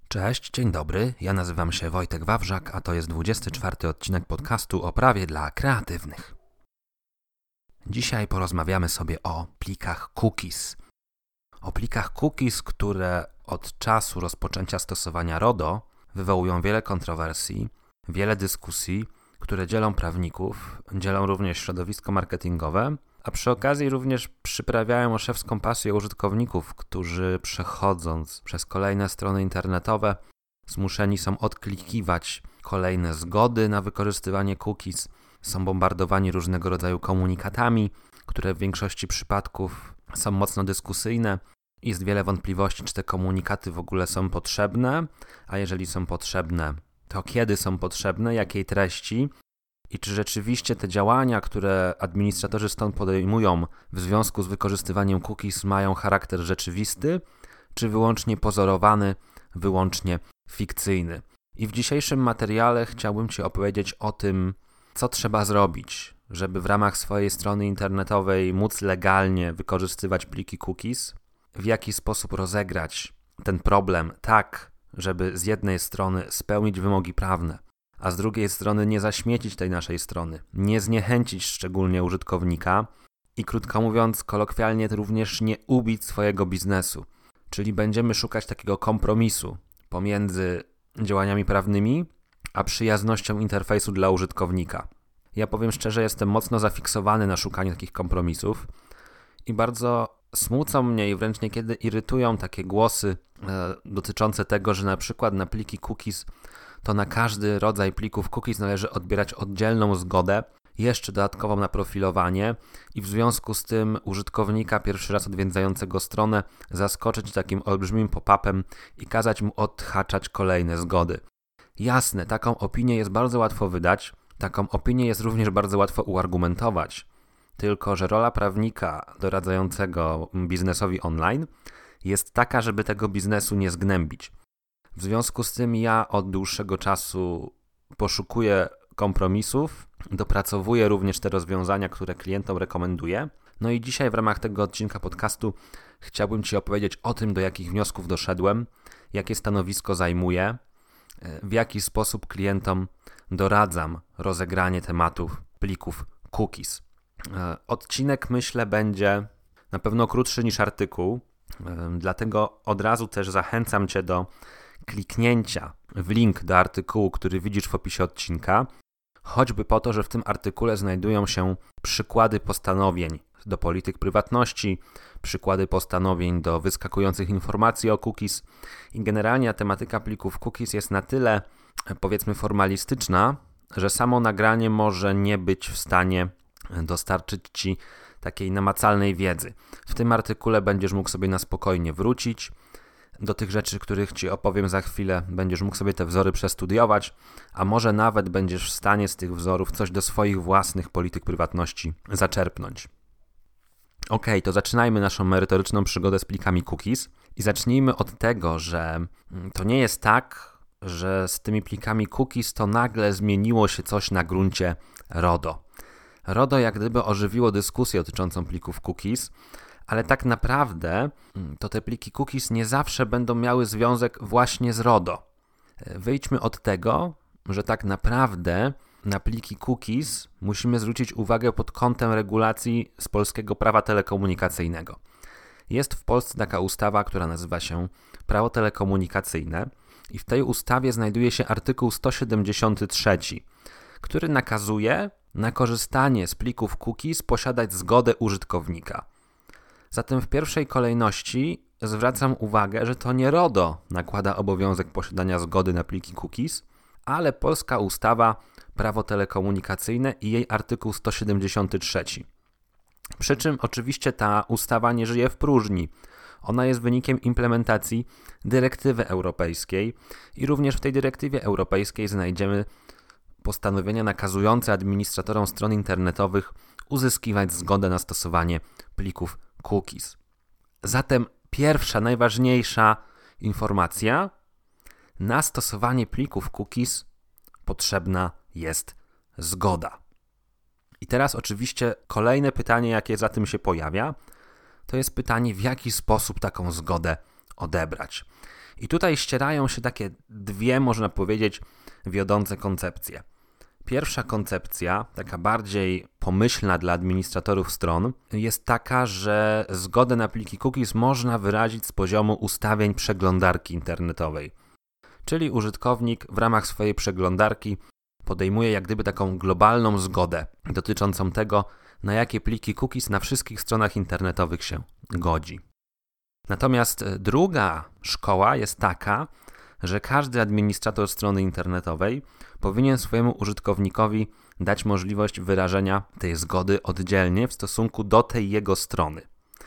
Cześć, dzień dobry, ja nazywam się Wojtek Wawrzak, a to jest 24 odcinek podcastu o prawie dla kreatywnych. Dzisiaj porozmawiamy sobie o plikach cookies. O plikach cookies, które od czasu rozpoczęcia stosowania RODO wywołują wiele kontrowersji, wiele dyskusji, które dzielą prawników, dzielą również środowisko marketingowe, a przy okazji również przyprawiają o szewską pasję użytkowników, którzy przechodząc przez kolejne strony internetowe zmuszeni są odklikiwać kolejne zgody na wykorzystywanie cookies, są bombardowani różnego rodzaju komunikatami, które w większości przypadków są mocno dyskusyjne. Jest wiele wątpliwości, czy te komunikaty w ogóle są potrzebne, a jeżeli są potrzebne, to kiedy są potrzebne, jakiej treści i czy rzeczywiście te działania, które administratorzy stąd podejmują w związku z wykorzystywaniem cookies mają charakter rzeczywisty, czy wyłącznie pozorowany, wyłącznie fikcyjny. I w dzisiejszym materiale chciałbym Ci opowiedzieć o tym, co trzeba zrobić, żeby w ramach swojej strony internetowej móc legalnie wykorzystywać pliki cookies, w jaki sposób rozegrać ten problem tak, żeby z jednej strony spełnić wymogi prawne, a z drugiej strony nie zaśmiecić tej naszej strony, nie zniechęcić szczególnie użytkownika i krótko mówiąc, kolokwialnie również nie ubić swojego biznesu. Czyli będziemy szukać takiego kompromisu pomiędzy działaniami prawnymi, a przyjaznością interfejsu dla użytkownika. Ja powiem szczerze, jestem mocno zafiksowany na szukaniu takich kompromisów i bardzo smucą mnie i wręcz niekiedy irytują takie głosy dotyczące tego, że na przykład na pliki cookies to na każdy rodzaj plików cookies należy odbierać oddzielną zgodę, jeszcze dodatkową na profilowanie i w związku z tym użytkownika pierwszy raz odwiedzającego stronę zaskoczyć takim olbrzymim pop-upem i kazać mu odhaczać kolejne zgody. Jasne, taką opinię jest bardzo łatwo wydać, taką opinię jest również bardzo łatwo uargumentować, tylko że rola prawnika doradzającego biznesowi online jest taka, żeby tego biznesu nie zgnębić. W związku z tym ja od dłuższego czasu poszukuję kompromisów, dopracowuję również te rozwiązania, które klientom rekomenduję. No i dzisiaj w ramach tego odcinka podcastu chciałbym Ci opowiedzieć o tym, do jakich wniosków doszedłem, jakie stanowisko zajmuję, w jaki sposób klientom doradzam rozegranie tematów plików cookies. Odcinek, myślę, będzie na pewno krótszy niż artykuł, dlatego od razu też zachęcam Cię do kliknięcia w link do artykułu, który widzisz w opisie odcinka, choćby po to, że w tym artykule znajdują się przykłady postanowień do polityk prywatności, przykłady postanowień do wyskakujących informacji o cookies i generalnie tematyka plików cookies jest na tyle, powiedzmy, formalistyczna, że samo nagranie może nie być w stanie dostarczyć Ci takiej namacalnej wiedzy. W tym artykule będziesz mógł sobie na spokojnie wrócić do tych rzeczy, których Ci opowiem za chwilę, będziesz mógł sobie te wzory przestudiować, a może nawet będziesz w stanie z tych wzorów coś do swoich własnych polityk prywatności zaczerpnąć. Ok, to zaczynajmy naszą merytoryczną przygodę z plikami cookies i zacznijmy od tego, że to nie jest tak, że z tymi plikami cookies to nagle zmieniło się coś na gruncie RODO. RODO jak gdyby ożywiło dyskusję dotyczącą plików cookies, ale tak naprawdę to te pliki cookies nie zawsze będą miały związek właśnie z RODO. Wyjdźmy od tego, że tak naprawdę na pliki cookies musimy zwrócić uwagę pod kątem regulacji z polskiego prawa telekomunikacyjnego. Jest w Polsce taka ustawa, która nazywa się Prawo telekomunikacyjne i w tej ustawie znajduje się artykuł 173, który nakazuje na korzystanie z plików cookies posiadać zgodę użytkownika. Zatem w pierwszej kolejności zwracam uwagę, że to nie RODO nakłada obowiązek posiadania zgody na pliki cookies, ale polska ustawa Prawo telekomunikacyjne i jej artykuł 173. Przy czym oczywiście ta ustawa nie żyje w próżni. Ona jest wynikiem implementacji dyrektywy europejskiej i również w tej dyrektywie europejskiej znajdziemy postanowienia nakazujące administratorom stron internetowych uzyskiwać zgodę na stosowanie plików cookies. Zatem pierwsza, najważniejsza informacja: na stosowanie plików cookies potrzebna jest zgoda. I teraz oczywiście kolejne pytanie, jakie za tym się pojawia, to jest pytanie, w jaki sposób taką zgodę odebrać. I tutaj ścierają się takie dwie, można powiedzieć, wiodące koncepcje. Pierwsza koncepcja, taka bardziej pomyślna dla administratorów stron, jest taka, że zgodę na pliki cookies można wyrazić z poziomu ustawień przeglądarki internetowej. Czyli użytkownik w ramach swojej przeglądarki podejmuje jak gdyby taką globalną zgodę dotyczącą tego, na jakie pliki cookies na wszystkich stronach internetowych się godzi. Natomiast druga szkoła jest taka, że każdy administrator strony internetowej powinien swojemu użytkownikowi dać możliwość wyrażenia tej zgody oddzielnie w stosunku do tej jego strony.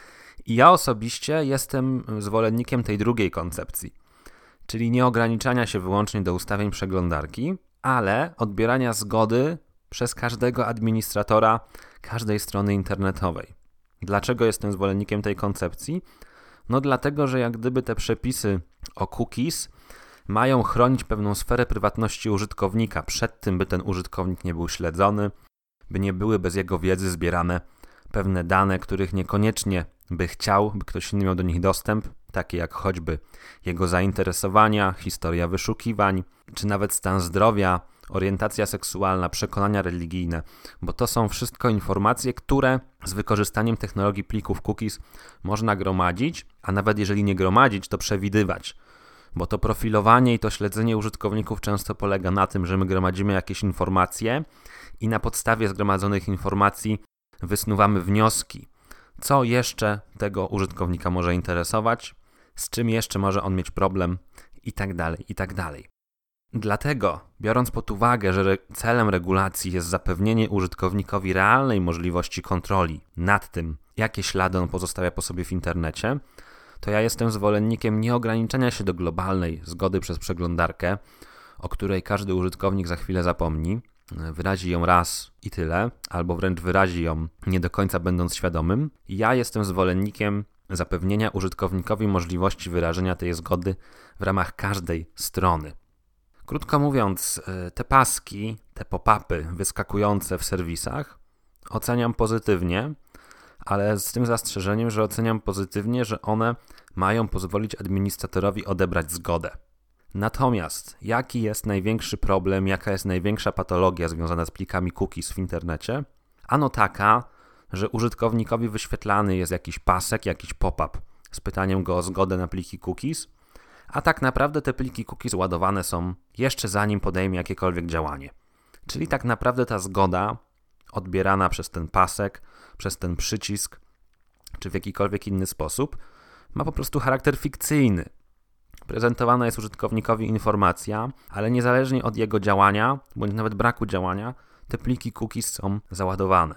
I ja osobiście jestem zwolennikiem tej drugiej koncepcji, czyli nie ograniczania się wyłącznie do ustawień przeglądarki, ale odbierania zgody przez każdego administratora każdej strony internetowej. Dlaczego jestem zwolennikiem tej koncepcji? No dlatego, że jak gdyby te przepisy o cookies mają chronić pewną sferę prywatności użytkownika przed tym, by ten użytkownik nie był śledzony, by nie były bez jego wiedzy zbierane pewne dane, których niekoniecznie by chciał, by ktoś inny miał do nich dostęp, takie jak choćby jego zainteresowania, historia wyszukiwań, czy nawet stan zdrowia, orientacja seksualna, przekonania religijne, bo to są wszystko informacje, które z wykorzystaniem technologii plików cookies można gromadzić, a nawet jeżeli nie gromadzić, to przewidywać. Bo to profilowanie i to śledzenie użytkowników często polega na tym, że my gromadzimy jakieś informacje i na podstawie zgromadzonych informacji wysnuwamy wnioski, co jeszcze tego użytkownika może interesować, z czym jeszcze może on mieć problem i tak dalej, i tak dalej. Dlatego, biorąc pod uwagę, że celem regulacji jest zapewnienie użytkownikowi realnej możliwości kontroli nad tym, jakie ślady on pozostawia po sobie w internecie, to ja jestem zwolennikiem nieograniczania się do globalnej zgody przez przeglądarkę, o której każdy użytkownik za chwilę zapomni, wyrazi ją raz i tyle, albo wręcz wyrazi ją nie do końca będąc świadomym. Ja jestem zwolennikiem zapewnienia użytkownikowi możliwości wyrażenia tej zgody w ramach każdej strony. Krótko mówiąc, te paski, te pop-upy wyskakujące w serwisach oceniam pozytywnie, ale z tym zastrzeżeniem, że oceniam pozytywnie, że one mają pozwolić administratorowi odebrać zgodę. Natomiast jaki jest największy problem, jaka jest największa patologia związana z plikami cookies w internecie? Ano taka, że użytkownikowi wyświetlany jest jakiś pasek, jakiś pop-up z pytaniem go o zgodę na pliki cookies, a tak naprawdę te pliki cookies ładowane są jeszcze zanim podejmie jakiekolwiek działanie. Czyli tak naprawdę ta zgoda odbierana przez ten pasek, przez ten przycisk, czy w jakikolwiek inny sposób, ma po prostu charakter fikcyjny. Prezentowana jest użytkownikowi informacja, ale niezależnie od jego działania, bądź nawet braku działania, te pliki cookies są załadowane.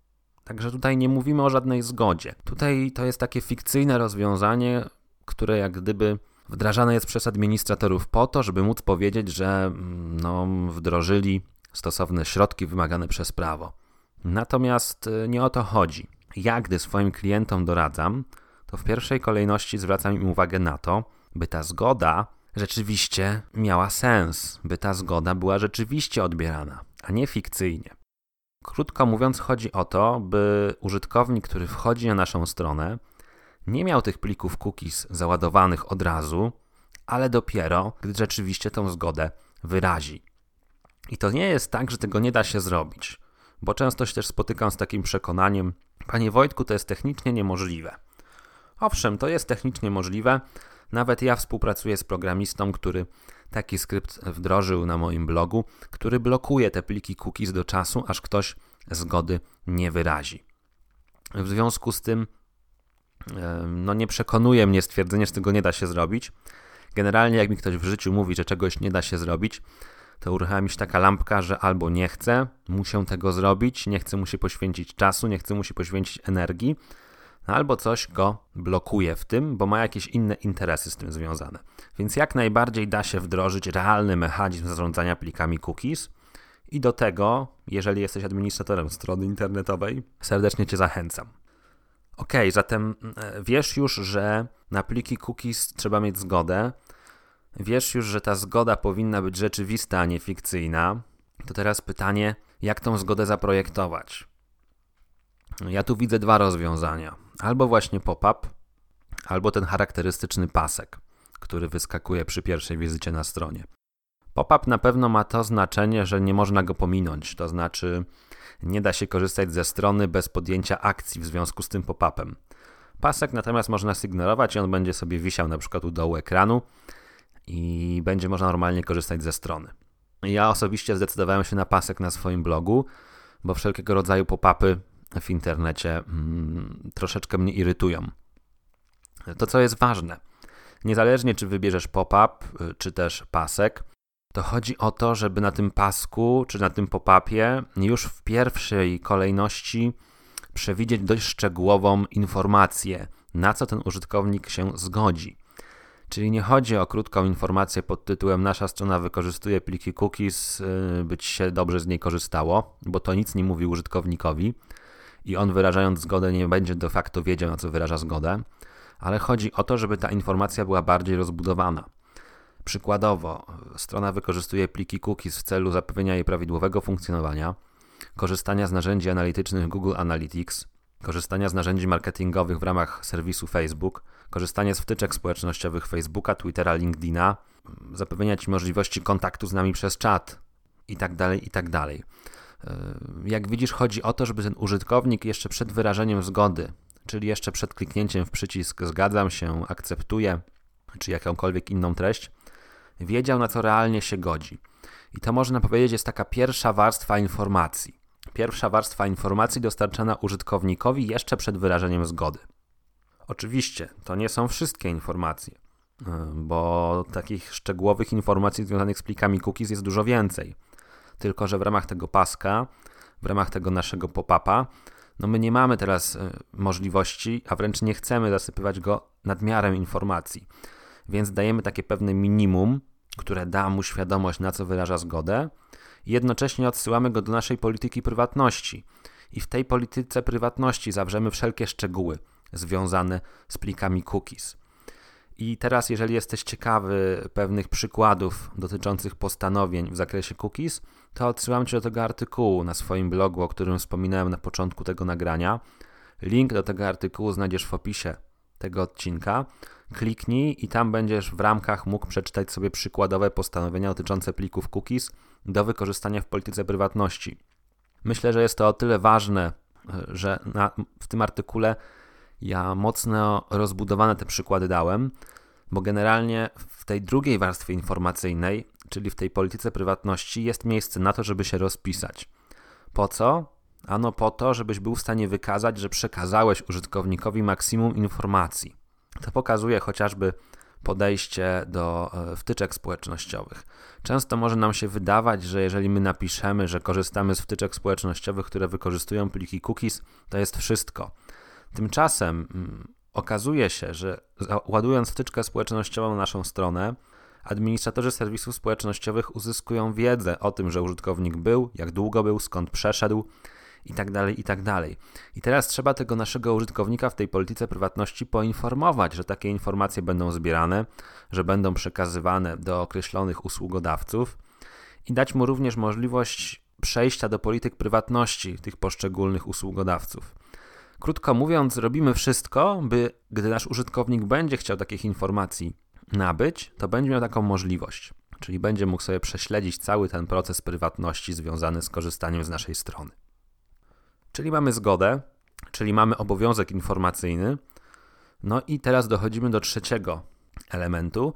Także tutaj nie mówimy o żadnej zgodzie. Tutaj to jest takie fikcyjne rozwiązanie, które jak gdyby wdrażane jest przez administratorów po to, żeby móc powiedzieć, że wdrożyli stosowne środki wymagane przez prawo. Natomiast nie o to chodzi. Ja, gdy swoim klientom doradzam, to w pierwszej kolejności zwracam im uwagę na to, by ta zgoda rzeczywiście miała sens, by ta zgoda była rzeczywiście odbierana, a nie fikcyjnie. Krótko mówiąc, chodzi o to, by użytkownik, który wchodzi na naszą stronę, nie miał tych plików cookies załadowanych od razu, ale dopiero, gdy rzeczywiście tą zgodę wyrazi. I to nie jest tak, że tego nie da się zrobić, bo często się też spotykam z takim przekonaniem: panie Wojtku, to jest technicznie niemożliwe. Owszem, to jest technicznie możliwe. Nawet ja współpracuję z programistą, który taki skrypt wdrożył na moim blogu, który blokuje te pliki cookies do czasu, aż ktoś zgody nie wyrazi. W związku z tym nie przekonuje mnie stwierdzenie, że tego nie da się zrobić. Generalnie jak mi ktoś w życiu mówi, że czegoś nie da się zrobić, to uruchamia mi się taka lampka, że albo nie chce mu się tego zrobić, nie chce mu się poświęcić czasu, nie chce mu się poświęcić energii, albo coś go blokuje w tym, bo ma jakieś inne interesy z tym związane. Więc jak najbardziej da się wdrożyć realny mechanizm zarządzania plikami cookies i do tego, jeżeli jesteś administratorem strony internetowej, serdecznie Cię zachęcam. Okej, zatem wiesz już, że na pliki cookies trzeba mieć zgodę. Wiesz już, że ta zgoda powinna być rzeczywista, a nie fikcyjna. To teraz pytanie, jak tą zgodę zaprojektować? Ja tu widzę dwa rozwiązania. Albo właśnie pop-up, albo ten charakterystyczny pasek. który wyskakuje przy pierwszej wizycie na stronie. Pop-up na pewno ma to znaczenie, że nie można go pominąć, to znaczy nie da się korzystać ze strony bez podjęcia akcji w związku z tym pop-upem. Pasek natomiast można zignorować i on będzie sobie wisiał na przykład u dołu ekranu i będzie można normalnie korzystać ze strony. Ja osobiście zdecydowałem się na pasek na swoim blogu, bo wszelkiego rodzaju pop-upy w internecie troszeczkę mnie irytują. To, co jest ważne, niezależnie czy wybierzesz pop-up, czy też pasek, to chodzi o to, żeby na tym pasku, czy na tym pop-upie już w pierwszej kolejności przewidzieć dość szczegółową informację, na co ten użytkownik się zgodzi. Czyli nie chodzi o krótką informację pod tytułem nasza strona wykorzystuje pliki cookies, by ci się dobrze z niej korzystało, bo to nic nie mówi użytkownikowi i on wyrażając zgodę nie będzie de facto wiedział, na co wyraża zgodę, ale chodzi o to, żeby ta informacja była bardziej rozbudowana. Przykładowo, strona wykorzystuje pliki cookies w celu zapewnienia jej prawidłowego funkcjonowania, korzystania z narzędzi analitycznych Google Analytics, korzystania z narzędzi marketingowych w ramach serwisu Facebook, korzystanie z wtyczek społecznościowych Facebooka, Twittera, LinkedIna, zapewnienia ci możliwości kontaktu z nami przez czat itd., itd. Jak widzisz, chodzi o to, żeby ten użytkownik jeszcze przed wyrażeniem zgody, czyli jeszcze przed kliknięciem w przycisk zgadzam się, akceptuję, czy jakąkolwiek inną treść, wiedział, na co realnie się godzi. I to można powiedzieć jest taka pierwsza warstwa informacji. Pierwsza warstwa informacji dostarczana użytkownikowi jeszcze przed wyrażeniem zgody. Oczywiście to nie są wszystkie informacje, bo takich szczegółowych informacji związanych z plikami cookies jest dużo więcej. Tylko że w ramach tego paska, w ramach tego naszego pop-upa, my nie mamy teraz możliwości, a wręcz nie chcemy zasypywać go nadmiarem informacji. Więc dajemy takie pewne minimum, które da mu świadomość, na co wyraża zgodę. I jednocześnie odsyłamy go do naszej polityki prywatności. I w tej polityce prywatności zawrzemy wszelkie szczegóły związane z plikami cookies. I teraz, jeżeli jesteś ciekawy pewnych przykładów dotyczących postanowień w zakresie cookies, to odsyłam Cię do tego artykułu na swoim blogu, o którym wspominałem na początku tego nagrania. Link do tego artykułu znajdziesz w opisie tego odcinka. Kliknij i tam będziesz w ramkach mógł przeczytać sobie przykładowe postanowienia dotyczące plików cookies do wykorzystania w polityce prywatności. Myślę, że jest to o tyle ważne, że w tym artykule ja mocno rozbudowane te przykłady dałem, bo generalnie w tej drugiej warstwie informacyjnej, czyli w tej polityce prywatności, jest miejsce na to, żeby się rozpisać. Po co? Ano po to, żebyś był w stanie wykazać, że przekazałeś użytkownikowi maksimum informacji. To pokazuje chociażby podejście do wtyczek społecznościowych. Często może nam się wydawać, że jeżeli my napiszemy, że korzystamy z wtyczek społecznościowych, które wykorzystują pliki cookies, to jest wszystko. Tymczasem okazuje się, że ładując wtyczkę społecznościową na naszą stronę, administratorzy serwisów społecznościowych uzyskują wiedzę o tym, że użytkownik był, jak długo był, skąd przeszedł itd., itd. I teraz trzeba tego naszego użytkownika w tej polityce prywatności poinformować, że takie informacje będą zbierane, że będą przekazywane do określonych usługodawców i dać mu również możliwość przejścia do polityk prywatności tych poszczególnych usługodawców. Krótko mówiąc, robimy wszystko, by gdy nasz użytkownik będzie chciał takich informacji nabyć, to będzie miał taką możliwość. Czyli będzie mógł sobie prześledzić cały ten proces prywatności związany z korzystaniem z naszej strony. Czyli mamy zgodę, czyli mamy obowiązek informacyjny. No i teraz dochodzimy do trzeciego elementu,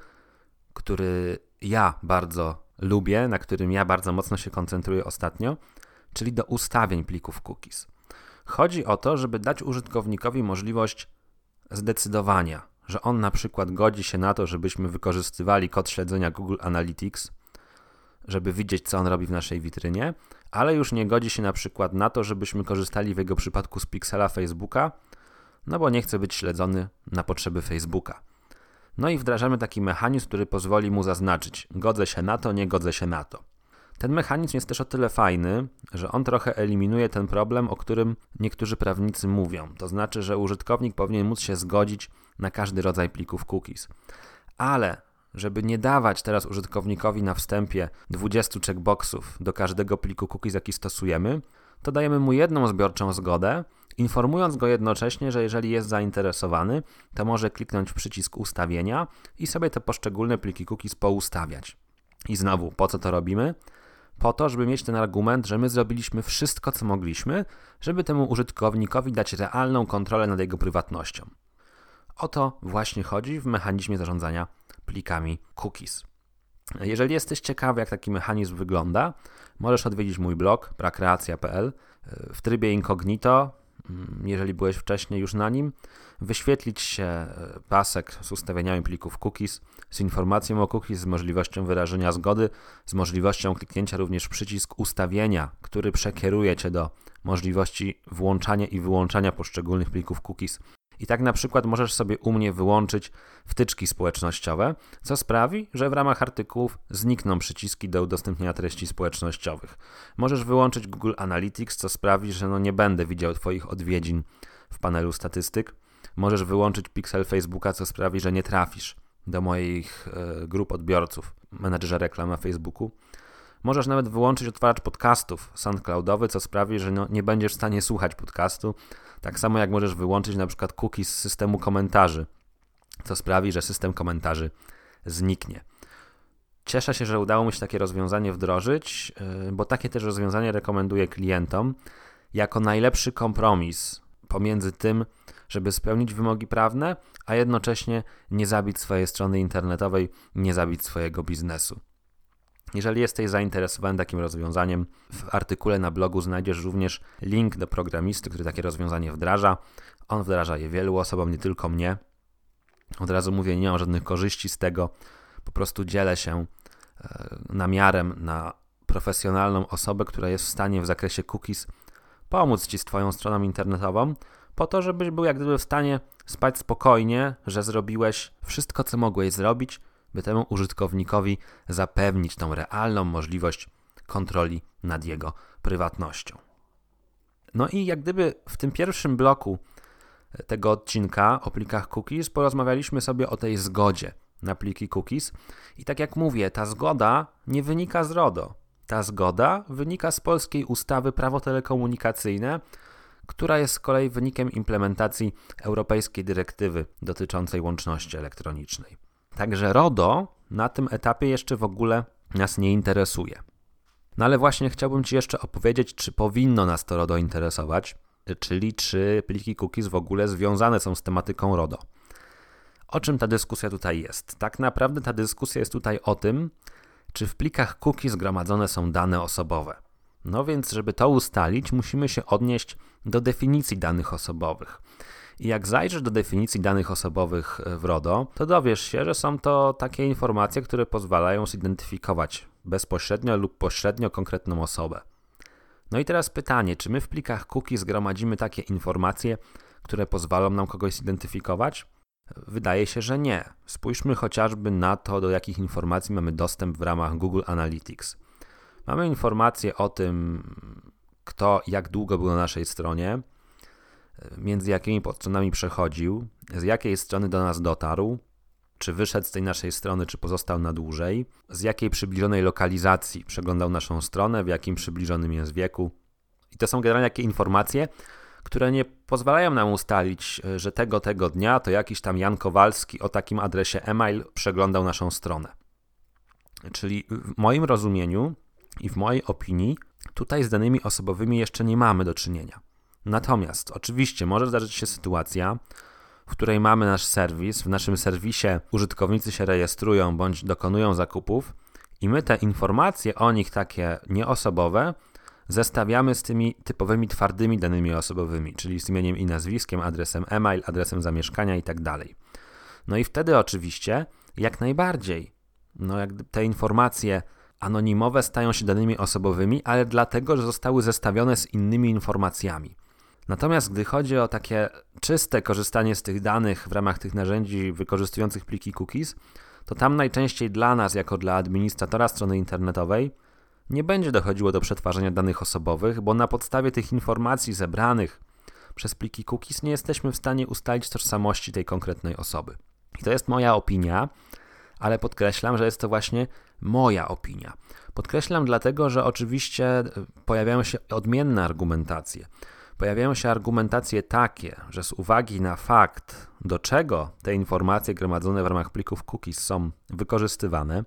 który ja bardzo lubię, na którym ja bardzo mocno się koncentruję ostatnio, czyli do ustawień plików cookies. Chodzi o to, żeby dać użytkownikowi możliwość zdecydowania, że on na przykład godzi się na to, żebyśmy wykorzystywali kod śledzenia Google Analytics, żeby widzieć, co on robi w naszej witrynie, ale już nie godzi się na przykład na to, żebyśmy korzystali w jego przypadku z piksela Facebooka, no bo nie chce być śledzony na potrzeby Facebooka. No i wdrażamy taki mechanizm, który pozwoli mu zaznaczyć, godzę się na to, nie godzę się na to. Ten mechanizm jest też o tyle fajny, że on trochę eliminuje ten problem, o którym niektórzy prawnicy mówią. To znaczy, że użytkownik powinien móc się zgodzić na każdy rodzaj plików cookies. Ale żeby nie dawać teraz użytkownikowi na wstępie 20 checkboxów do każdego pliku cookies, jaki stosujemy, to dajemy mu jedną zbiorczą zgodę, informując go jednocześnie, że jeżeli jest zainteresowany, to może kliknąć w przycisk ustawienia i sobie te poszczególne pliki cookies poustawiać. I znowu, po co to robimy? Po to, żeby mieć ten argument, że my zrobiliśmy wszystko, co mogliśmy, żeby temu użytkownikowi dać realną kontrolę nad jego prywatnością. O to właśnie chodzi w mechanizmie zarządzania plikami cookies. Jeżeli jesteś ciekawy, jak taki mechanizm wygląda, możesz odwiedzić mój blog prakreacja.pl w trybie incognito, jeżeli byłeś wcześniej już na nim, wyświetlić się pasek z ustawieniami plików cookies, z informacją o cookies, z możliwością wyrażenia zgody, z możliwością kliknięcia również w przycisk ustawienia, który przekieruje Cię do możliwości włączania i wyłączania poszczególnych plików cookies. I tak na przykład możesz sobie u mnie wyłączyć wtyczki społecznościowe, co sprawi, że w ramach artykułów znikną przyciski do udostępniania treści społecznościowych. Możesz wyłączyć Google Analytics, co sprawi, że nie będę widział Twoich odwiedzin w panelu statystyk. Możesz wyłączyć Pixel Facebooka, co sprawi, że nie trafisz do moich grup odbiorców, menedżera reklam na Facebooku. Możesz nawet wyłączyć odtwarzacz podcastów SoundCloudowy, co sprawi, że nie będziesz w stanie słuchać podcastu. Tak samo jak możesz wyłączyć na przykład cookies z systemu komentarzy, co sprawi, że system komentarzy zniknie. Cieszę się, że udało mi się takie rozwiązanie wdrożyć, bo takie też rozwiązanie rekomenduję klientom jako najlepszy kompromis pomiędzy tym, żeby spełnić wymogi prawne, a jednocześnie nie zabić swojej strony internetowej, nie zabić swojego biznesu. Jeżeli jesteś zainteresowany takim rozwiązaniem, w artykule na blogu znajdziesz również link do programisty, który takie rozwiązanie wdraża. On wdraża je wielu osobom, nie tylko mnie. Od razu mówię, nie mam żadnych korzyści z tego. Po prostu dzielę się namiarem na profesjonalną osobę, która jest w stanie w zakresie cookies pomóc Ci z Twoją stroną internetową, po to, żebyś był jak gdyby w stanie spać spokojnie, że zrobiłeś wszystko, co mogłeś zrobić, by temu użytkownikowi zapewnić tą realną możliwość kontroli nad jego prywatnością. No i jak gdyby w tym pierwszym bloku tego odcinka o plikach cookies porozmawialiśmy sobie o tej zgodzie na pliki cookies i tak jak mówię, ta zgoda nie wynika z RODO. Ta zgoda wynika z polskiej ustawy Prawo telekomunikacyjne, która jest z kolei wynikiem implementacji europejskiej dyrektywy dotyczącej łączności elektronicznej. Także RODO na tym etapie jeszcze w ogóle nas nie interesuje. No ale właśnie chciałbym Ci jeszcze opowiedzieć, czy powinno nas to RODO interesować, czyli czy pliki cookies w ogóle związane są z tematyką RODO. O czym ta dyskusja tutaj jest? Tak naprawdę ta dyskusja jest tutaj o tym, czy w plikach cookies zgromadzone są dane osobowe. No więc, żeby to ustalić, musimy się odnieść do definicji danych osobowych. I jak zajrzysz do definicji danych osobowych w RODO, to dowiesz się, że są to takie informacje, które pozwalają zidentyfikować bezpośrednio lub pośrednio konkretną osobę. No i teraz pytanie, czy my w plikach cookies zgromadzimy takie informacje, które pozwolą nam kogoś zidentyfikować? Wydaje się, że nie. Spójrzmy chociażby na to, do jakich informacji mamy dostęp w ramach Google Analytics. Mamy informacje o tym, kto jak długo był na naszej stronie, między jakimi podstronami przechodził, z jakiej strony do nas dotarł, czy wyszedł z tej naszej strony, czy pozostał na dłużej, z jakiej przybliżonej lokalizacji przeglądał naszą stronę, w jakim przybliżonym jest wieku. I to są generalnie takie informacje, które nie pozwalają nam ustalić, że tego dnia to jakiś tam Jan Kowalski o takim adresie e-mail przeglądał naszą stronę. Czyli w moim rozumieniu i w mojej opinii tutaj z danymi osobowymi jeszcze nie mamy do czynienia. Natomiast oczywiście może zdarzyć się sytuacja, w której mamy nasz serwis, w naszym serwisie użytkownicy się rejestrują bądź dokonują zakupów i my te informacje o nich takie nieosobowe zestawiamy z tymi typowymi twardymi danymi osobowymi, czyli z imieniem i nazwiskiem, adresem e-mail, adresem zamieszkania itd. No i wtedy oczywiście jak najbardziej, jak te informacje anonimowe stają się danymi osobowymi, ale dlatego, że zostały zestawione z innymi informacjami. Natomiast gdy chodzi o takie czyste korzystanie z tych danych w ramach tych narzędzi wykorzystujących pliki cookies, to tam najczęściej dla nas, jako dla administratora strony internetowej, nie będzie dochodziło do przetwarzania danych osobowych, bo na podstawie tych informacji zebranych przez pliki cookies nie jesteśmy w stanie ustalić tożsamości tej konkretnej osoby. I to jest moja opinia, ale podkreślam, że jest to właśnie moja opinia. Podkreślam dlatego, że oczywiście pojawiają się odmienne argumentacje. pojawiają się argumentacje takie, że z uwagi na fakt, do czego te informacje gromadzone w ramach plików cookies są wykorzystywane,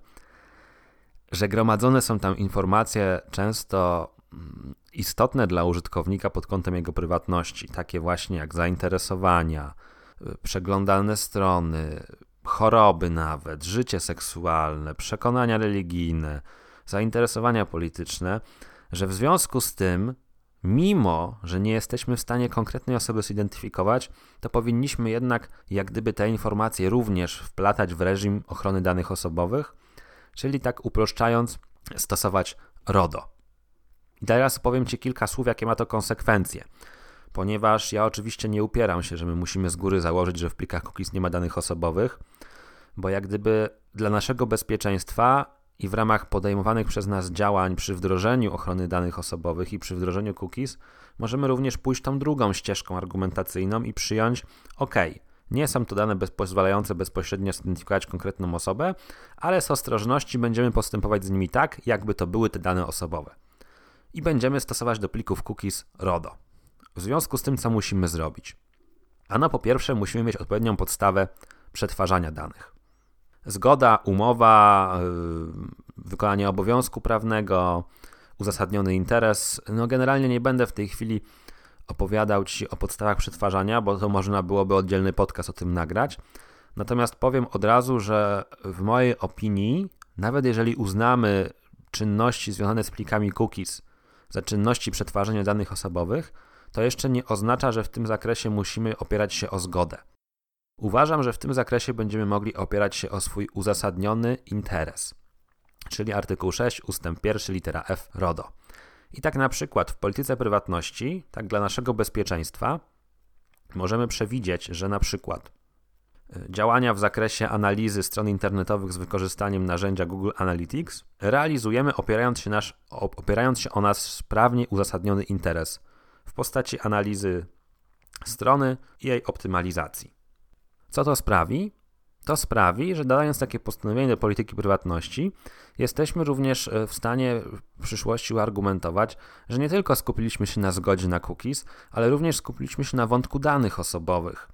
że gromadzone są tam informacje często istotne dla użytkownika pod kątem jego prywatności, takie właśnie jak zainteresowania, przeglądane strony, choroby nawet, życie seksualne, przekonania religijne, zainteresowania polityczne, że w związku z tym, mimo że nie jesteśmy w stanie konkretnej osoby zidentyfikować, to powinniśmy jednak jak gdyby te informacje również wplatać w reżim ochrony danych osobowych, czyli tak uproszczając, stosować RODO. I teraz powiem Ci kilka słów, jakie ma to konsekwencje, ponieważ ja oczywiście nie upieram się, że my musimy z góry założyć, że w plikach cookies nie ma danych osobowych, bo jak gdyby dla naszego bezpieczeństwa i w ramach podejmowanych przez nas działań przy wdrożeniu ochrony danych osobowych i przy wdrożeniu cookies możemy również pójść tą drugą ścieżką argumentacyjną i przyjąć, nie są to dane pozwalające bezpośrednio zidentyfikować konkretną osobę, ale z ostrożności będziemy postępować z nimi tak, jakby to były te dane osobowe. I będziemy stosować do plików cookies RODO. W związku z tym, co musimy zrobić? Ano po pierwsze musimy mieć odpowiednią podstawę przetwarzania danych. Zgoda, umowa, wykonanie obowiązku prawnego, uzasadniony interes. Generalnie nie będę w tej chwili opowiadał Ci o podstawach przetwarzania, bo to można byłoby oddzielny podcast o tym nagrać. Natomiast powiem od razu, że w mojej opinii, nawet jeżeli uznamy czynności związane z plikami cookies za czynności przetwarzania danych osobowych, to jeszcze nie oznacza, że w tym zakresie musimy opierać się o zgodę. Uważam, że w tym zakresie będziemy mogli opierać się o swój uzasadniony interes, czyli artykuł 6 ustęp 1 litera F RODO. I tak na przykład w polityce prywatności, tak dla naszego bezpieczeństwa, możemy przewidzieć, że na przykład działania w zakresie analizy stron internetowych z wykorzystaniem narzędzia Google Analytics realizujemy opierając się o nasz prawnie uzasadniony interes w postaci analizy strony i jej optymalizacji. Co to sprawi? To sprawi, że dodając takie postanowienie do polityki prywatności, jesteśmy również w stanie w przyszłości uargumentować, że nie tylko skupiliśmy się na zgodzie na cookies, ale również skupiliśmy się na wątku danych osobowych.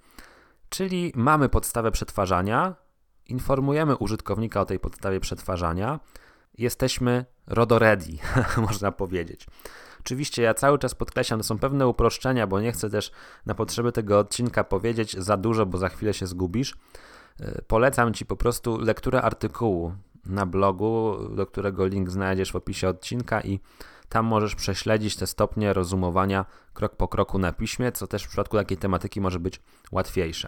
Czyli mamy podstawę przetwarzania, informujemy użytkownika o tej podstawie przetwarzania, jesteśmy RODO ready, można powiedzieć. Oczywiście ja cały czas podkreślam, to są pewne uproszczenia, bo nie chcę też na potrzeby tego odcinka powiedzieć za dużo, bo za chwilę się zgubisz. Polecam Ci po prostu lekturę artykułu na blogu, do którego link znajdziesz w opisie odcinka i tam możesz prześledzić te stopnie rozumowania krok po kroku na piśmie, co też w przypadku takiej tematyki może być łatwiejsze.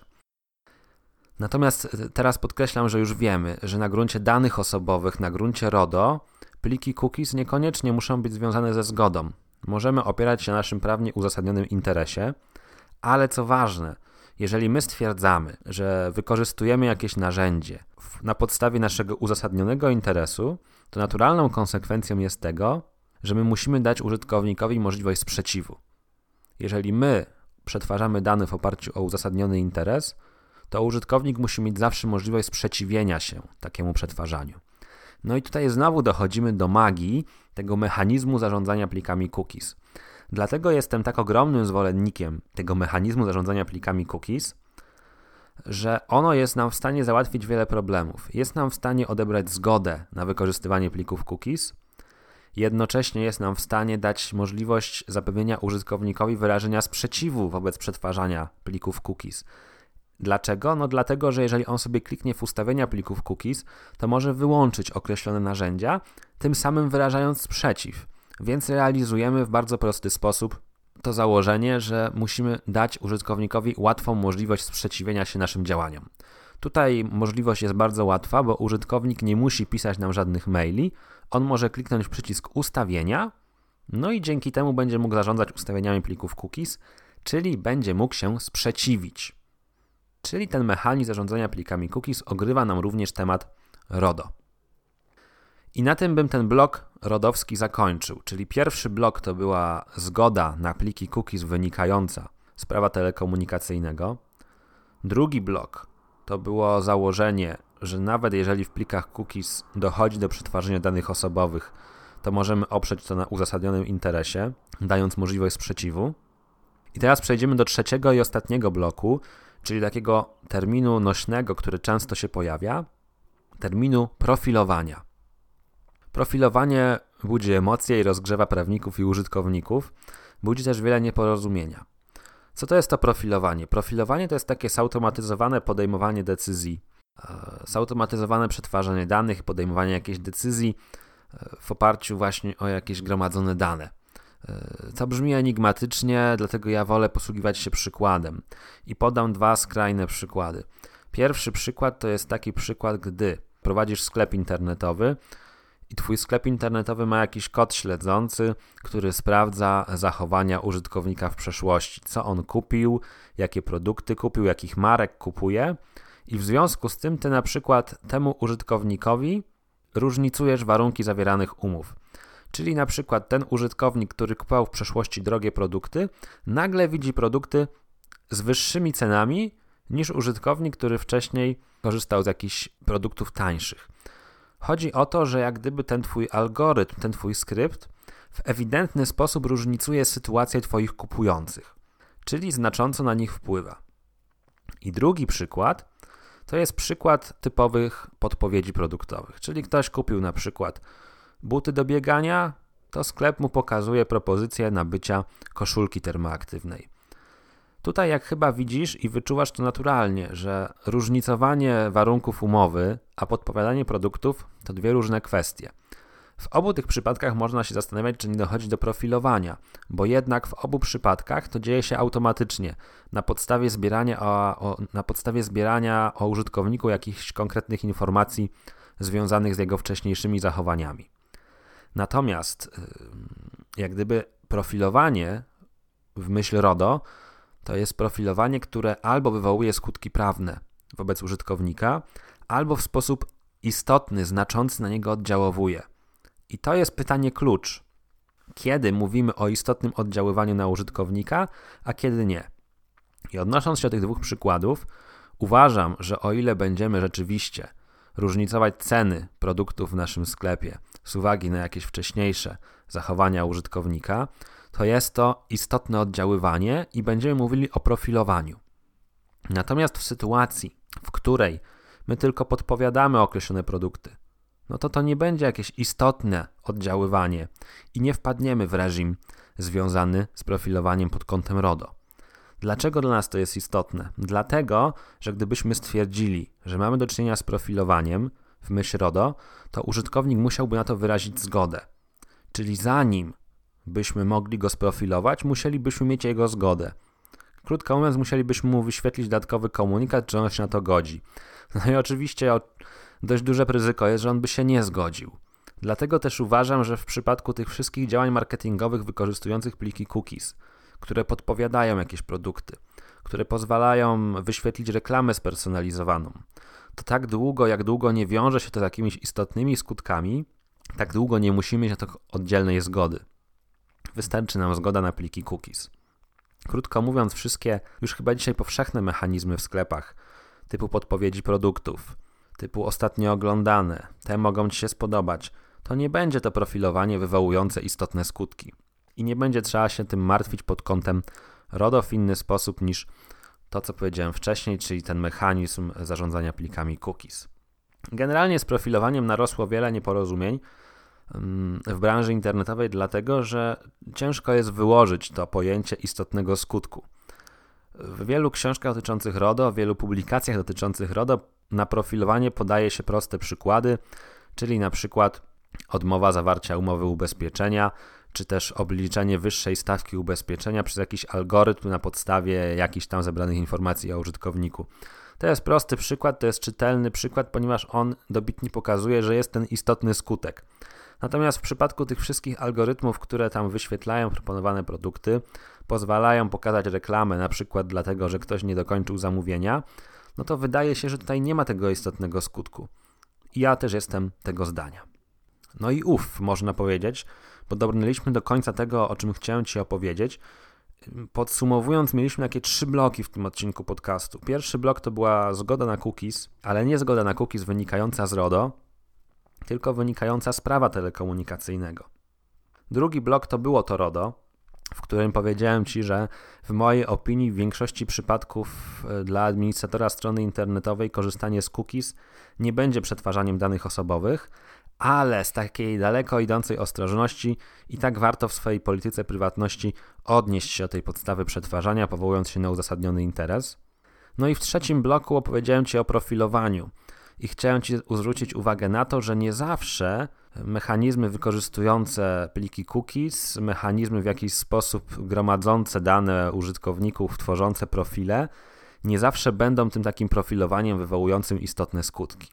Natomiast teraz podkreślam, że już wiemy, że na gruncie danych osobowych, na gruncie RODO, pliki cookies niekoniecznie muszą być związane ze zgodą. Możemy opierać się na naszym prawnie uzasadnionym interesie, ale co ważne, jeżeli my stwierdzamy, że wykorzystujemy jakieś narzędzie na podstawie naszego uzasadnionego interesu, to naturalną konsekwencją jest tego, że my musimy dać użytkownikowi możliwość sprzeciwu. Jeżeli my przetwarzamy dane w oparciu o uzasadniony interes, to użytkownik musi mieć zawsze możliwość sprzeciwienia się takiemu przetwarzaniu. No i tutaj znowu dochodzimy do magii tego mechanizmu zarządzania plikami cookies. Dlatego jestem tak ogromnym zwolennikiem tego mechanizmu zarządzania plikami cookies, że ono jest nam w stanie załatwić wiele problemów. Jest nam w stanie odebrać zgodę na wykorzystywanie plików cookies, jednocześnie jest nam w stanie dać możliwość zapewnienia użytkownikowi wyrażenia sprzeciwu wobec przetwarzania plików cookies. Dlaczego? No dlatego, że jeżeli on sobie kliknie w ustawienia plików cookies, to może wyłączyć określone narzędzia, tym samym wyrażając sprzeciw. Więc realizujemy w bardzo prosty sposób to założenie, że musimy dać użytkownikowi łatwą możliwość sprzeciwienia się naszym działaniom. Tutaj możliwość jest bardzo łatwa, bo użytkownik nie musi pisać nam żadnych maili, on może kliknąć w przycisk ustawienia, no i dzięki temu będzie mógł zarządzać ustawieniami plików cookies, czyli będzie mógł się sprzeciwić. Czyli ten mechanizm zarządzania plikami cookies ogrywa nam również temat RODO. I na tym bym ten blok rodowski zakończył, czyli pierwszy blok to była zgoda na pliki cookies wynikająca z prawa telekomunikacyjnego. Drugi blok to było założenie, że nawet jeżeli w plikach cookies dochodzi do przetwarzania danych osobowych, to możemy oprzeć to na uzasadnionym interesie, dając możliwość sprzeciwu. I teraz przejdziemy do trzeciego i ostatniego bloku, czyli takiego terminu nośnego, który często się pojawia, terminu profilowania. Profilowanie budzi emocje i rozgrzewa prawników i użytkowników, budzi też wiele nieporozumienia. Co to jest to profilowanie? Profilowanie to jest takie zautomatyzowane podejmowanie decyzji, zautomatyzowane przetwarzanie danych, podejmowanie jakiejś decyzji w oparciu właśnie o jakieś gromadzone dane. To brzmi enigmatycznie, dlatego ja wolę posługiwać się przykładem i podam dwa skrajne przykłady. Pierwszy przykład to jest taki przykład, gdy prowadzisz sklep internetowy i twój sklep internetowy ma jakiś kod śledzący, który sprawdza zachowania użytkownika w przeszłości, co on kupił, jakie produkty kupił, jakich marek kupuje i w związku z tym ty na przykład temu użytkownikowi różnicujesz warunki zawieranych umów. Czyli na przykład ten użytkownik, który kupował w przeszłości drogie produkty, nagle widzi produkty z wyższymi cenami niż użytkownik, który wcześniej korzystał z jakichś produktów tańszych. Chodzi o to, że jak gdyby ten twój algorytm, ten twój skrypt w ewidentny sposób różnicuje sytuację twoich kupujących, czyli znacząco na nich wpływa. I drugi przykład to jest przykład typowych podpowiedzi produktowych, czyli ktoś kupił na przykład buty do biegania, to sklep mu pokazuje propozycję nabycia koszulki termoaktywnej. Tutaj jak chyba widzisz i wyczuwasz to naturalnie, że różnicowanie warunków umowy, a podpowiadanie produktów to dwie różne kwestie. W obu tych przypadkach można się zastanawiać, czy nie dochodzi do profilowania, bo jednak w obu przypadkach to dzieje się automatycznie, na podstawie zbierania o użytkowniku jakichś konkretnych informacji związanych z jego wcześniejszymi zachowaniami. Natomiast jak gdyby profilowanie w myśl RODO to jest profilowanie, które albo wywołuje skutki prawne wobec użytkownika, albo w sposób istotny, znaczący na niego oddziałowuje. I to jest pytanie klucz. Kiedy mówimy o istotnym oddziaływaniu na użytkownika, a kiedy nie? I odnosząc się do tych dwóch przykładów, uważam, że o ile będziemy rzeczywiście różnicować ceny produktów w naszym sklepie z uwagi na jakieś wcześniejsze zachowania użytkownika, to jest to istotne oddziaływanie i będziemy mówili o profilowaniu. Natomiast w sytuacji, w której my tylko podpowiadamy określone produkty, no to nie będzie jakieś istotne oddziaływanie i nie wpadniemy w reżim związany z profilowaniem pod kątem RODO. Dlaczego dla nas to jest istotne? Dlatego, że gdybyśmy stwierdzili, że mamy do czynienia z profilowaniem w myśl RODO, to użytkownik musiałby na to wyrazić zgodę. Czyli zanim byśmy mogli go sprofilować, musielibyśmy mieć jego zgodę. Krótko mówiąc, musielibyśmy mu wyświetlić dodatkowy komunikat, że on się na to godzi. No i oczywiście dość duże ryzyko jest, że on by się nie zgodził. Dlatego też uważam, że w przypadku tych wszystkich działań marketingowych wykorzystujących pliki cookies, które podpowiadają jakieś produkty, które pozwalają wyświetlić reklamę spersonalizowaną, to tak długo, jak długo nie wiąże się to z jakimiś istotnymi skutkami, tak długo nie musimy mieć na to oddzielnej zgody. Wystarczy nam zgoda na pliki cookies. Krótko mówiąc, wszystkie już chyba dzisiaj powszechne mechanizmy w sklepach, typu podpowiedzi produktów, typu ostatnio oglądane, te mogą Ci się spodobać, to nie będzie to profilowanie wywołujące istotne skutki. I nie będzie trzeba się tym martwić pod kątem RODO w inny sposób niż to, co powiedziałem wcześniej, czyli ten mechanizm zarządzania plikami cookies. Generalnie z profilowaniem narosło wiele nieporozumień w branży internetowej, dlatego że ciężko jest wyłożyć to pojęcie istotnego skutku. W wielu książkach dotyczących RODO, w wielu publikacjach dotyczących RODO na profilowanie podaje się proste przykłady, czyli na przykład odmowa zawarcia umowy ubezpieczenia, czy też obliczenie wyższej stawki ubezpieczenia przez jakiś algorytm na podstawie jakichś tam zebranych informacji o użytkowniku. To jest prosty przykład, to jest czytelny przykład, ponieważ on dobitnie pokazuje, że jest ten istotny skutek. Natomiast w przypadku tych wszystkich algorytmów, które tam wyświetlają proponowane produkty, pozwalają pokazać reklamę, na przykład dlatego, że ktoś nie dokończył zamówienia, no to wydaje się, że tutaj nie ma tego istotnego skutku. I ja też jestem tego zdania. No i można powiedzieć, bo dobrnęliśmy do końca tego, o czym chciałem Ci opowiedzieć. Podsumowując, mieliśmy takie 3 bloki w tym odcinku podcastu. Pierwszy blok to była zgoda na cookies, ale nie zgoda na cookies wynikająca z RODO, tylko wynikająca z prawa telekomunikacyjnego. Drugi blok to było to RODO, w którym powiedziałem Ci, że w mojej opinii w większości przypadków dla administratora strony internetowej korzystanie z cookies nie będzie przetwarzaniem danych osobowych, ale z takiej daleko idącej ostrożności i tak warto w swojej polityce prywatności odnieść się do tej podstawy przetwarzania, powołując się na uzasadniony interes. No i w trzecim bloku opowiedziałem Ci o profilowaniu i chciałem Ci zwrócić uwagę na to, że nie zawsze mechanizmy wykorzystujące pliki cookies, mechanizmy w jakiś sposób gromadzące dane użytkowników, tworzące profile, nie zawsze będą tym takim profilowaniem wywołującym istotne skutki.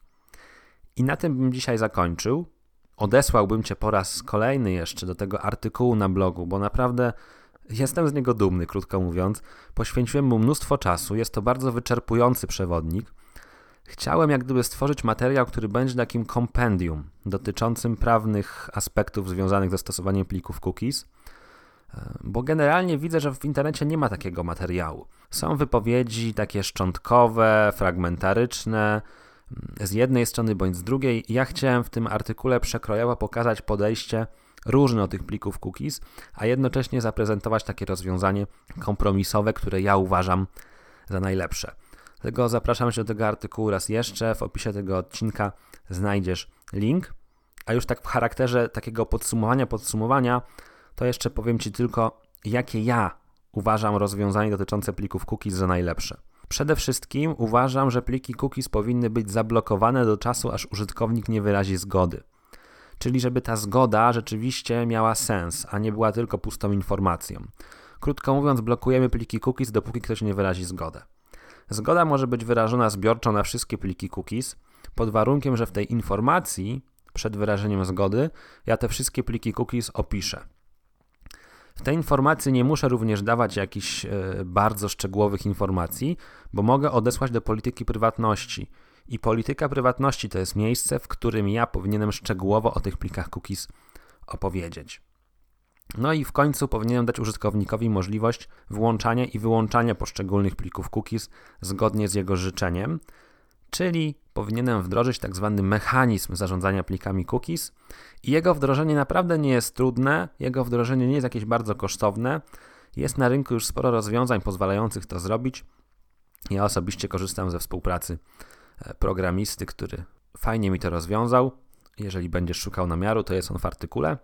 I na tym bym dzisiaj zakończył. Odesłałbym Cię po raz kolejny jeszcze do tego artykułu na blogu, bo naprawdę jestem z niego dumny, krótko mówiąc. Poświęciłem mu mnóstwo czasu, jest to bardzo wyczerpujący przewodnik. Chciałem jak gdyby stworzyć materiał, który będzie takim kompendium dotyczącym prawnych aspektów związanych ze stosowaniem plików cookies, bo generalnie widzę, że w internecie nie ma takiego materiału. Są wypowiedzi takie szczątkowe, fragmentaryczne, z jednej strony bądź z drugiej. Ja chciałem w tym artykule przekrojowo pokazać podejście różne do tych plików cookies, a jednocześnie zaprezentować takie rozwiązanie kompromisowe, które ja uważam za najlepsze. Dlatego zapraszam Cię do tego artykułu raz jeszcze. W opisie tego odcinka znajdziesz link. A już tak w charakterze takiego podsumowania, to jeszcze powiem Ci tylko, jakie ja uważam rozwiązanie dotyczące plików cookies za najlepsze. Przede wszystkim uważam, że pliki cookies powinny być zablokowane do czasu, aż użytkownik nie wyrazi zgody. Czyli żeby ta zgoda rzeczywiście miała sens, a nie była tylko pustą informacją. Krótko mówiąc, blokujemy pliki cookies, dopóki ktoś nie wyrazi zgodę. Zgoda może być wyrażona zbiorczo na wszystkie pliki cookies, pod warunkiem, że w tej informacji przed wyrażeniem zgody ja te wszystkie pliki cookies opiszę. W tej informacji nie muszę również dawać jakichś bardzo szczegółowych informacji, bo mogę odesłać do polityki prywatności. I polityka prywatności to jest miejsce, w którym ja powinienem szczegółowo o tych plikach cookies opowiedzieć. No i w końcu powinienem dać użytkownikowi możliwość włączania i wyłączania poszczególnych plików cookies zgodnie z jego życzeniem, czyli powinienem wdrożyć tak zwany mechanizm zarządzania plikami cookies i jego wdrożenie naprawdę nie jest trudne, jego wdrożenie nie jest jakieś bardzo kosztowne, jest na rynku już sporo rozwiązań pozwalających to zrobić. Ja osobiście korzystam ze współpracy programisty, który fajnie mi to rozwiązał. Jeżeli będziesz szukał namiaru, to jest on w artykule.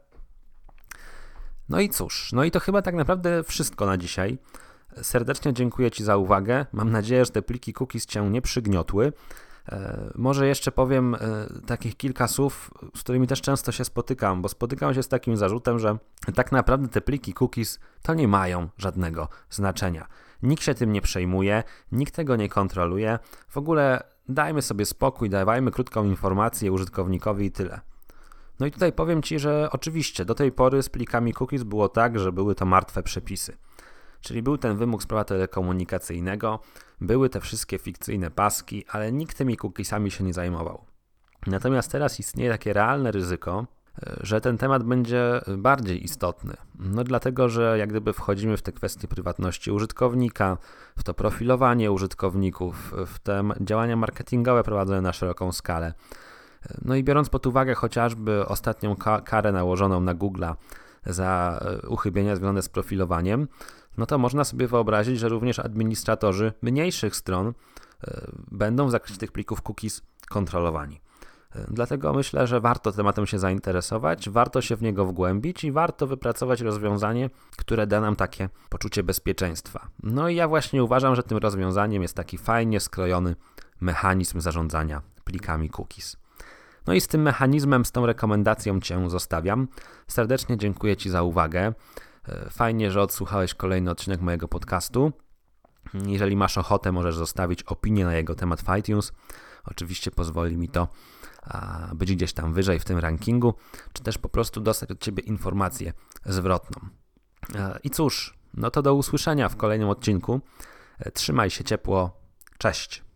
No i cóż, no i to chyba tak naprawdę wszystko na dzisiaj. Serdecznie dziękuję Ci za uwagę. Mam nadzieję, że te pliki cookies Cię nie przygniotły. Może jeszcze powiem takich kilka słów, z którymi też często się spotykam, bo spotykam się z takim zarzutem, że tak naprawdę te pliki cookies to nie mają żadnego znaczenia. Nikt się tym nie przejmuje, nikt tego nie kontroluje. W ogóle dajmy sobie spokój, dawajmy krótką informację użytkownikowi i tyle. No i tutaj powiem Ci, że oczywiście do tej pory z plikami cookies było tak, że były to martwe przepisy. Czyli był ten wymóg z prawa telekomunikacyjnego, były te wszystkie fikcyjne paski, ale nikt tymi cookiesami się nie zajmował. Natomiast teraz istnieje takie realne ryzyko, że ten temat będzie bardziej istotny. No dlatego, że jak gdyby wchodzimy w te kwestie prywatności użytkownika, w to profilowanie użytkowników, w te działania marketingowe prowadzone na szeroką skalę. No i biorąc pod uwagę chociażby ostatnią karę nałożoną na Google'a za uchybienia związane z profilowaniem, no to można sobie wyobrazić, że również administratorzy mniejszych stron będą w zakresie tych plików cookies kontrolowani. Dlatego myślę, że warto tematem się zainteresować, warto się w niego wgłębić i warto wypracować rozwiązanie, które da nam takie poczucie bezpieczeństwa. No i ja właśnie uważam, że tym rozwiązaniem jest taki fajnie skrojony mechanizm zarządzania plikami cookies. No i z tym mechanizmem, z tą rekomendacją Cię zostawiam. Serdecznie dziękuję Ci za uwagę. Fajnie, że odsłuchałeś kolejny odcinek mojego podcastu. Jeżeli masz ochotę, możesz zostawić opinię na jego temat w iTunes. Oczywiście pozwoli mi to być gdzieś tam wyżej w tym rankingu, czy też po prostu dostać od Ciebie informację zwrotną. I cóż, no to do usłyszenia w kolejnym odcinku. Trzymaj się ciepło. Cześć.